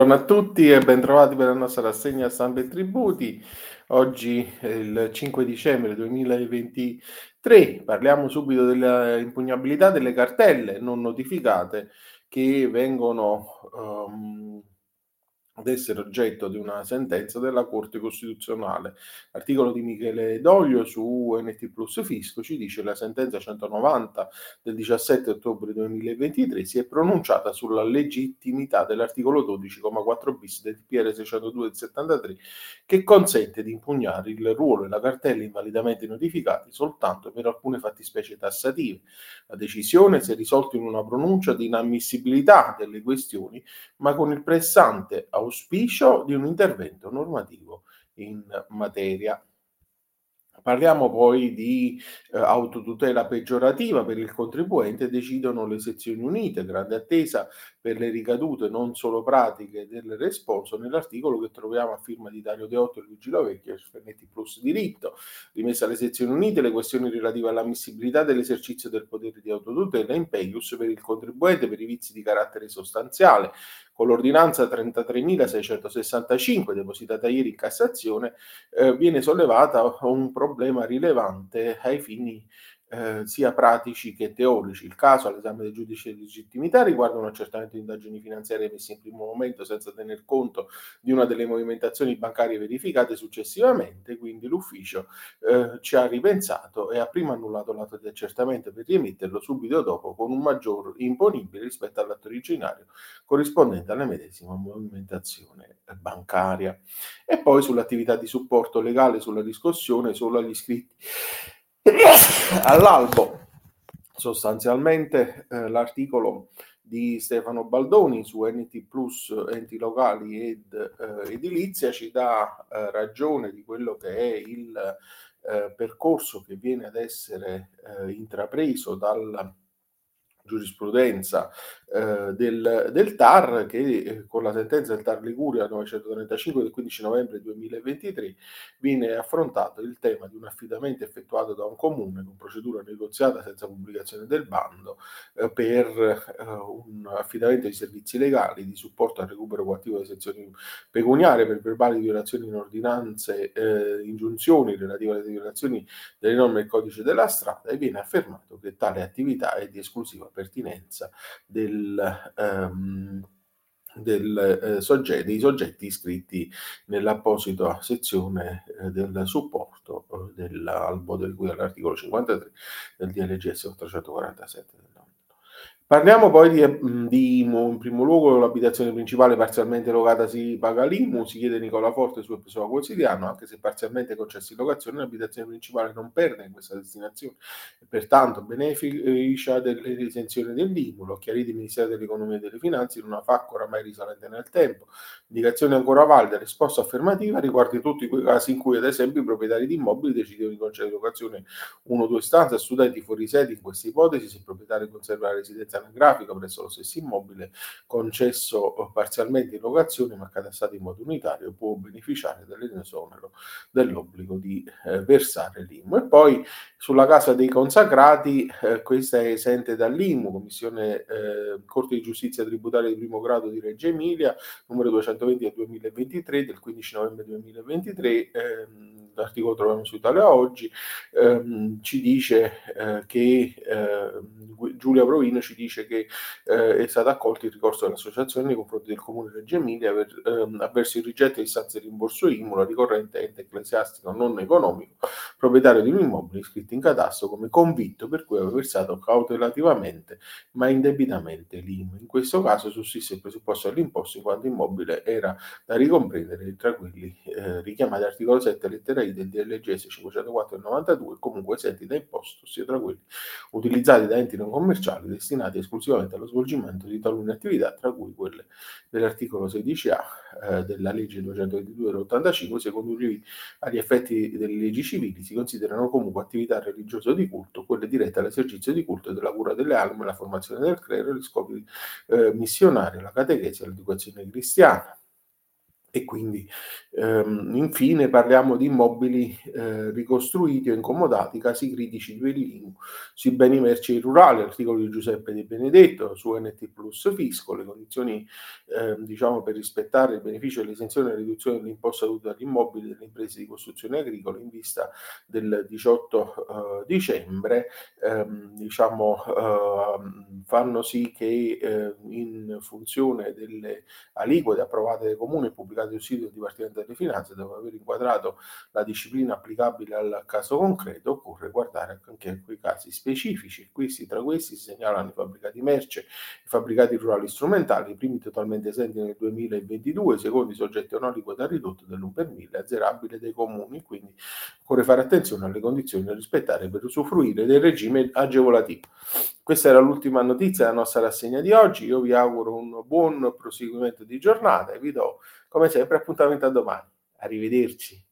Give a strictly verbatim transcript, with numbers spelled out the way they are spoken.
Buongiorno a tutti e bentrovati per la nostra rassegna stampa e tributi. Oggi è il cinque dicembre duemilaventitré. Parliamo subito della impugnabilità delle cartelle non notificate che vengono um, ad essere oggetto di una sentenza della Corte Costituzionale. Articolo di Michele Doglio su N T Plus Fisco ci dice: la sentenza centonovanta del diciassette ottobre duemilaventitré si è pronunciata sulla legittimità dell'articolo dodici comma quattro bis del P R seicentodue del settantatré, che consente di impugnare il ruolo e la cartella invalidamente notificati soltanto per alcune fattispecie tassative. La decisione si è risolta in una pronuncia di inammissibilità delle questioni, ma con il pressante auspicio di un intervento normativo in materia. Parliamo poi di eh, autotutela peggiorativa per il contribuente, decidono le sezioni unite, grande attesa per le ricadute non solo pratiche del responso nell'articolo che troviamo a firma di Dario Deotto e Luigi Lovecchio, Sfernetti Plus Diritto, rimessa alle sezioni unite le questioni relative all'ammissibilità dell'esercizio del potere di autotutela in peius per il contribuente per i vizi di carattere sostanziale. Con l'ordinanza trentatremilaseicentosessantacinque depositata ieri in Cassazione eh, viene sollevata un problema rilevante ai fini eh, sia pratici che teorici. Il caso all'esame del giudice di legittimità riguarda un accertamento di indagini finanziarie messe in primo momento senza tener conto di una delle movimentazioni bancarie verificate successivamente, quindi l'ufficio eh, ci ha ripensato e ha prima annullato l'atto di accertamento per riemetterlo subito dopo con un maggior imponibile rispetto all'atto originario corrispondente alla medesima movimentazione bancaria. E poi sull'attività di supporto legale sulla riscossione solo agli iscritti all'albo. Sostanzialmente eh, l'articolo di Stefano Baldoni su N T Plus, enti locali ed eh, edilizia, ci dà eh, ragione di quello che è il eh, percorso che viene ad essere eh, intrapreso dal giurisprudenza eh, del, del T A R, che eh, con la sentenza del T A R Liguria novecentotrentacinque del quindici novembre duemilaventitré viene affrontato il tema di un affidamento effettuato da un comune con procedura negoziata senza pubblicazione del bando eh, per eh, un affidamento di servizi legali di supporto al recupero coattivo delle sezioni pecuniarie per verbali di violazioni in ordinanze, eh, ingiunzioni relative alle violazioni delle norme del codice della strada, e viene affermato che tale attività è di esclusiva pertinenza del, ehm, del, eh, sogge- dei soggetti iscritti nell'apposita sezione eh, del supporto eh, dell'albo del cui all'articolo cinquantatré del D L G S ottocentoquarantasette del nove. Parliamo poi di, mh, di I M U. In primo luogo, l'abitazione principale parzialmente locata si paga l'I M U, si chiede Nicola Forte su Episodio Quotidiano, anche se parzialmente concessa in locazione, l'abitazione principale non perde in questa destinazione e pertanto beneficia delle esenzioni dell'I M U. L'ho chiarito il Ministero dell'Economia e delle Finanze in una F A Q oramai risalente nel tempo. Indicazione ancora valida, risposta affermativa riguarda tutti quei casi in cui, ad esempio, i proprietari di immobili decidono di concedere locazione uno o due stanze a studenti fuori sede. In questa ipotesi, se il proprietario conserva la residenza anagrafica presso lo stesso immobile concesso parzialmente in locazione ma catastato in modo unitario, può beneficiare dell'esonero dell'obbligo di eh, versare l'I M U. E poi sulla casa dei consacrati, eh, questa è esente dall'I M U, Commissione eh, Corte di Giustizia Tributaria di primo grado di Reggio Emilia, numero duecentoventi del duemilaventitré, del quindici novembre duemilaventitré, ehm, l'articolo troviamo su Italia Oggi, ehm, ci dice eh, che eh, Giulia Provino ci dice che eh, è stato accolto il ricorso dell'associazione nei confronti del Comune di Reggio Emilia per, ehm, avverso il rigetto di istanze di rimborso I M U, la ricorrente ente ecclesiastico non economico, proprietario di un immobile iscritto in catasto come convitto, per cui aveva versato cautelativamente ma indebitamente l'I M U. In questo caso sussiste il presupposto dell'imposto in quanto immobile era da ricomprendere tra quelli eh, richiamati all'articolo sette lettera I del D L G S cinquecentoquattro del novantadue, comunque esenti da imposto, ossia tra quelli utilizzati da enti non commerciali destinati esclusivamente allo svolgimento di talune attività, tra cui quelle dell'articolo sedici A eh, della legge duecentoventidue dell'ottantacinque, secondo cui agli effetti delle leggi civili si considerano comunque attività religiose o di culto quelle dirette all'esercizio di culto e della cura delle alme, la formazione del clero, gli scopi eh, missionari, la catechesi e l'educazione cristiana. E quindi, ehm, infine parliamo di immobili, ehm, ricostruiti o incomodati, casi critici di Bellingu, sui beni merci rurali, articolo di Giuseppe De Benedetto, su N T Plus Fisco, le condizioni, ehm, diciamo per rispettare il beneficio dell'esenzione e la riduzione dell'imposta dovuta agli immobili delle imprese di costruzione agricola in vista del diciotto, uhm, dicembre, ehm, diciamo, uhm, fanno sì che, ehm, in funzione delle aliquote approvate dai comuni e pubblicate sul sito del Dipartimento delle Finanze, dopo aver inquadrato la disciplina applicabile al caso concreto, occorre guardare anche a quei casi specifici. Questi, tra questi si segnalano i fabbricati merce, i fabbricati rurali strumentali, i primi totalmente esenti nel duemilaventidue, i secondi soggetti a un'aliquota ridotta dell'uno per mille, azzerabile dai comuni, quindi occorre fare attenzione alle condizioni da rispettare per usufruire del regime agevolativo. Questa era l'ultima notizia della nostra rassegna di oggi. Io vi auguro un buon proseguimento di giornata e vi do, come sempre, appuntamento a domani. Arrivederci.